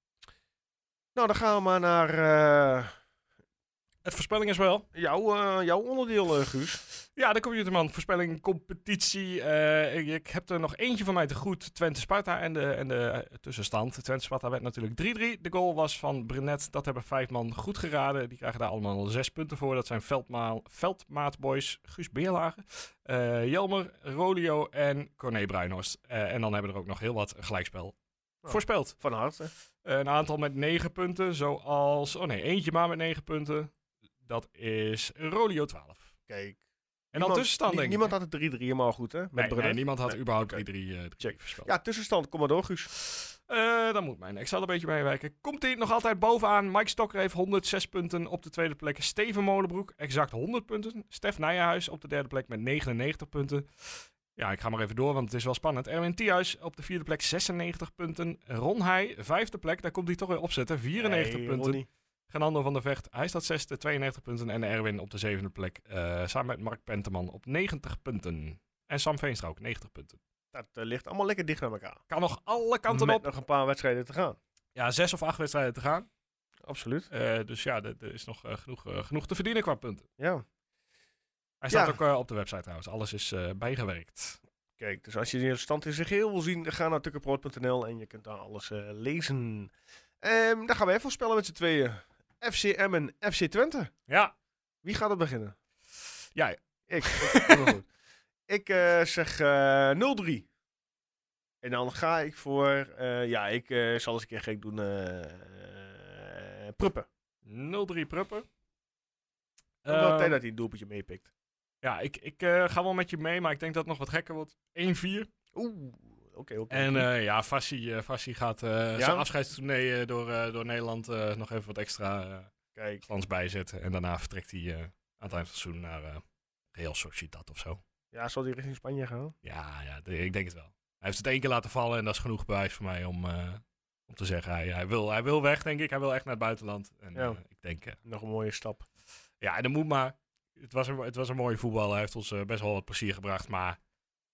Nou, dan gaan we maar naar... Uh, het voorspelling is wel. Jouw, uh, jouw onderdeel, uh, Guus. Ja, de computerman. Voorspelling, competitie. Uh, ik, ik heb er nog eentje van mij te goed. Twente-Sparta en de, en de uh, tussenstand. Twente-Sparta werd natuurlijk drie drie. De goal was van Brenet. Dat hebben vijf man goed geraden. Die krijgen daar allemaal zes punten voor. Dat zijn Veldma- Veldmaatboys, Guus Beerlagen, uh, Jelmer, Rolio en Corné Bruinhorst. Uh, en dan hebben we er ook nog heel wat gelijkspel oh, voorspeld. Van harte. Uh, een aantal met negen punten, zoals... Oh nee, eentje maar met negen punten. Dat is Rolio twaalf. Kijk. En dan tussenstand, denk ik. Niemand had het drie drie helemaal goed, hè? Met nee, nee, niemand had nee. überhaupt drie drie uh, voorspeld. Ja, tussenstand. Kom maar door, Guus. Uh, dan moet mijn Excel een beetje meewerken. Komt hij nog altijd bovenaan. Mike Stokker heeft honderd zes punten op de tweede plek. Steven Molenbroek, exact honderd punten. Stef Nijenhuis op de derde plek met negenennegentig punten. Ja, ik ga maar even door, want het is wel spannend. Erwin Thiehuis op de vierde plek, zesennegentig punten. Ron Heij, vijfde plek. Daar komt hij toch weer opzetten, vierennegentig hey, punten. Ronnie. Genando van der Vecht, hij staat zesde, tweeënnegentig punten. En Erwin op de zevende plek, uh, samen met Mark Penteman op negentig punten. En Sam Veenstra ook, negentig punten. Dat uh, ligt allemaal lekker dicht bij elkaar. Kan nog alle kanten met op. nog een paar wedstrijden te gaan. Ja, zes of acht wedstrijden te gaan. Absoluut. Uh, dus ja, er is nog uh, genoeg, uh, genoeg te verdienen qua punten. Ja. Hij staat ja. ook uh, op de website trouwens. Alles is uh, bijgewerkt. Kijk, dus als je de stand in zijn geheel wil zien, ga naar tukkenproot punt n l en je kunt daar alles uh, lezen. Um, dan gaan we even voorspellen met z'n tweeën. F C Emmen, F C Twente. Ja. Wie gaat er beginnen? Jij. Ik. Ik, ik uh, zeg uh, nul drie. En dan ga ik voor, uh, ja, ik uh, zal eens een keer gek doen, uh, uh, Pruppen. nul drie Pruppen. Uh, wel tijd dat hij een doelpuntje meepikt. Ja, ik, ik uh, ga wel met je mee, maar ik denk dat het nog wat gekker wordt. één vier. Oeh, oké. oké. En uh, ja, Fassi, uh, Fassi gaat uh, Ja? zijn afscheidstournee uh, door, uh, door Nederland uh, nog even wat extra uh, Kijk. glans bijzetten. En daarna vertrekt hij uh, aan het eind van het seizoen naar uh, Real Sociedad of zo. Ja, zal hij richting Spanje gaan? Ja, ja, de, ik denk het wel. Hij heeft het één keer laten vallen en dat is genoeg bewijs voor mij om, uh, om te zeggen. Hij, hij, wil, hij wil weg, denk ik. Hij wil echt naar het buitenland. En Ja. uh, ik denk... Uh, Nog een mooie stap. ja, en dat moet maar. Het was, een, het was een mooie voetbal. Hij heeft ons uh, best wel wat plezier gebracht, maar...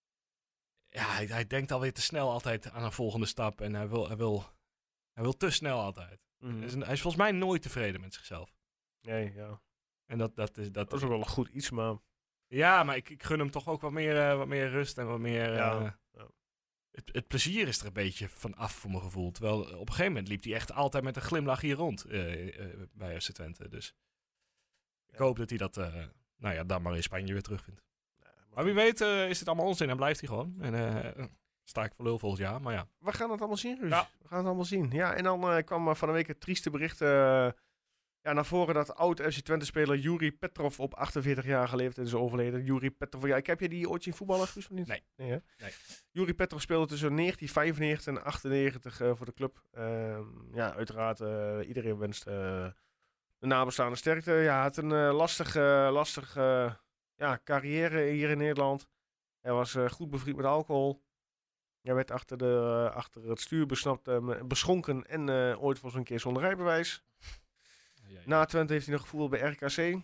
Ja, hij, hij denkt alweer te snel altijd aan een volgende stap. En hij wil, hij wil, hij wil te snel altijd. Mm. Hij, is een, hij is volgens mij nooit tevreden met zichzelf. Nee, ja. En dat, dat is... Dat, Dat is ook wel een goed iets, maar... Ja, maar ik, ik gun hem toch ook wat meer, uh, wat meer rust en wat meer... Uh, Ja, ja. Het, het plezier is er een beetje van af voor mijn gevoel. Terwijl op een gegeven moment liep hij echt altijd met een glimlach hier rond uh, uh, bij F C Twente. Dus ik Ja. hoop dat hij dat uh, nou ja, dan maar in Spanje weer terugvindt. Nee, maar Maar wie weet uh, is dit allemaal onzin en blijft hij gewoon. En uh, sta ik voor lul volgend jaar, maar ja. We gaan het allemaal zien, Ruud. Ja. We gaan het allemaal zien. Ja, en dan uh, kwam uh, van de week het trieste bericht uh, ja, naar voren dat oud-F C Twente-speler Juri Petrov op achtenveertig-jarige leeftijd is overleden. Juri Petrov, ja, heb je die ooit zien voetballen, Guus, of niet? Nee. Nee, hè? Nee. Juri Petrov speelde tussen negentien vijfennegentig en achtennegentig uh, voor de club. Uh, ja, uiteraard, uh, iedereen wenst uh, de nabestaande sterkte. Ja, hij had een uh, lastige, lastige uh, ja, carrière hier in Nederland. Hij was uh, goed bevriend met alcohol. Hij werd achter, de, uh, achter het stuur besnapt, uh, beschonken en uh, ooit voor zo'n keer zonder rijbewijs. Ja, ja. Na Twente heeft hij nog gevoeld bij R K C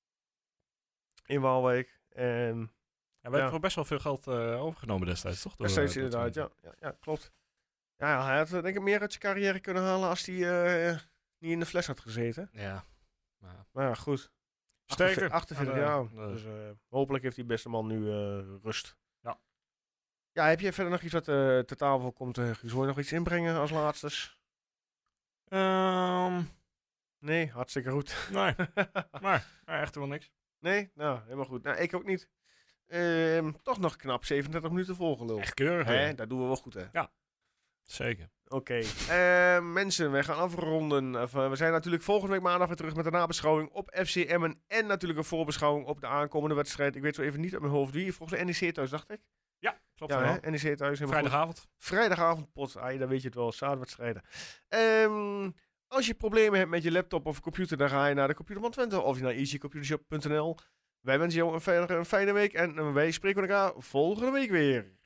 in Waalwijk. En Ja, we hebben ja. voor best wel veel geld uh, overgenomen destijds, toch? Door, steeds uh, door inderdaad, Twente. ja, ja, ja, klopt. Ja, ja, hij had uh, denk ik meer uit zijn carrière kunnen halen als hij uh, niet in de fles had gezeten. Ja. Maar, Maar ja, goed. Sterker. achtenveertig Aan de- jaar. aan de- Dus uh, hopelijk heeft die beste man nu uh, rust. Ja. Ja, heb je verder nog iets wat uh, ter tafel komt? Uh, Guus, wil je nog iets inbrengen als laatstes? Um, Nee, hartstikke goed. nee, maar, maar echt wel niks. Nee? Nou, helemaal goed. Nou, ik ook niet. Ehm, toch nog knap zevenendertig minuten volgeluld. Echt keurig. Hè? Hè? Dat doen we wel goed, hè? Zeker. Oké. Okay. mensen, wij gaan afronden. Of, uh, we zijn natuurlijk volgende week maandag weer terug met een nabeschouwing op F C Emmen. En natuurlijk een voorbeschouwing op de aankomende wedstrijd. Ik weet zo even niet uit mijn hoofd wie. Volgens mij N E C thuis, dacht ik. Ja, klopt Ja, wel. hè? N E C thuis. helemaal goed. Vrijdagavond. Vrijdagavond pot. Ah, dan weet je het wel. Zaadwedstrijden. Ehm als je problemen hebt met je laptop of computer, dan ga je naar de Computerman Twente of naar easy computer shop punt n l. Wij wensen jou een fijne, een fijne week en wij spreken elkaar volgende week weer.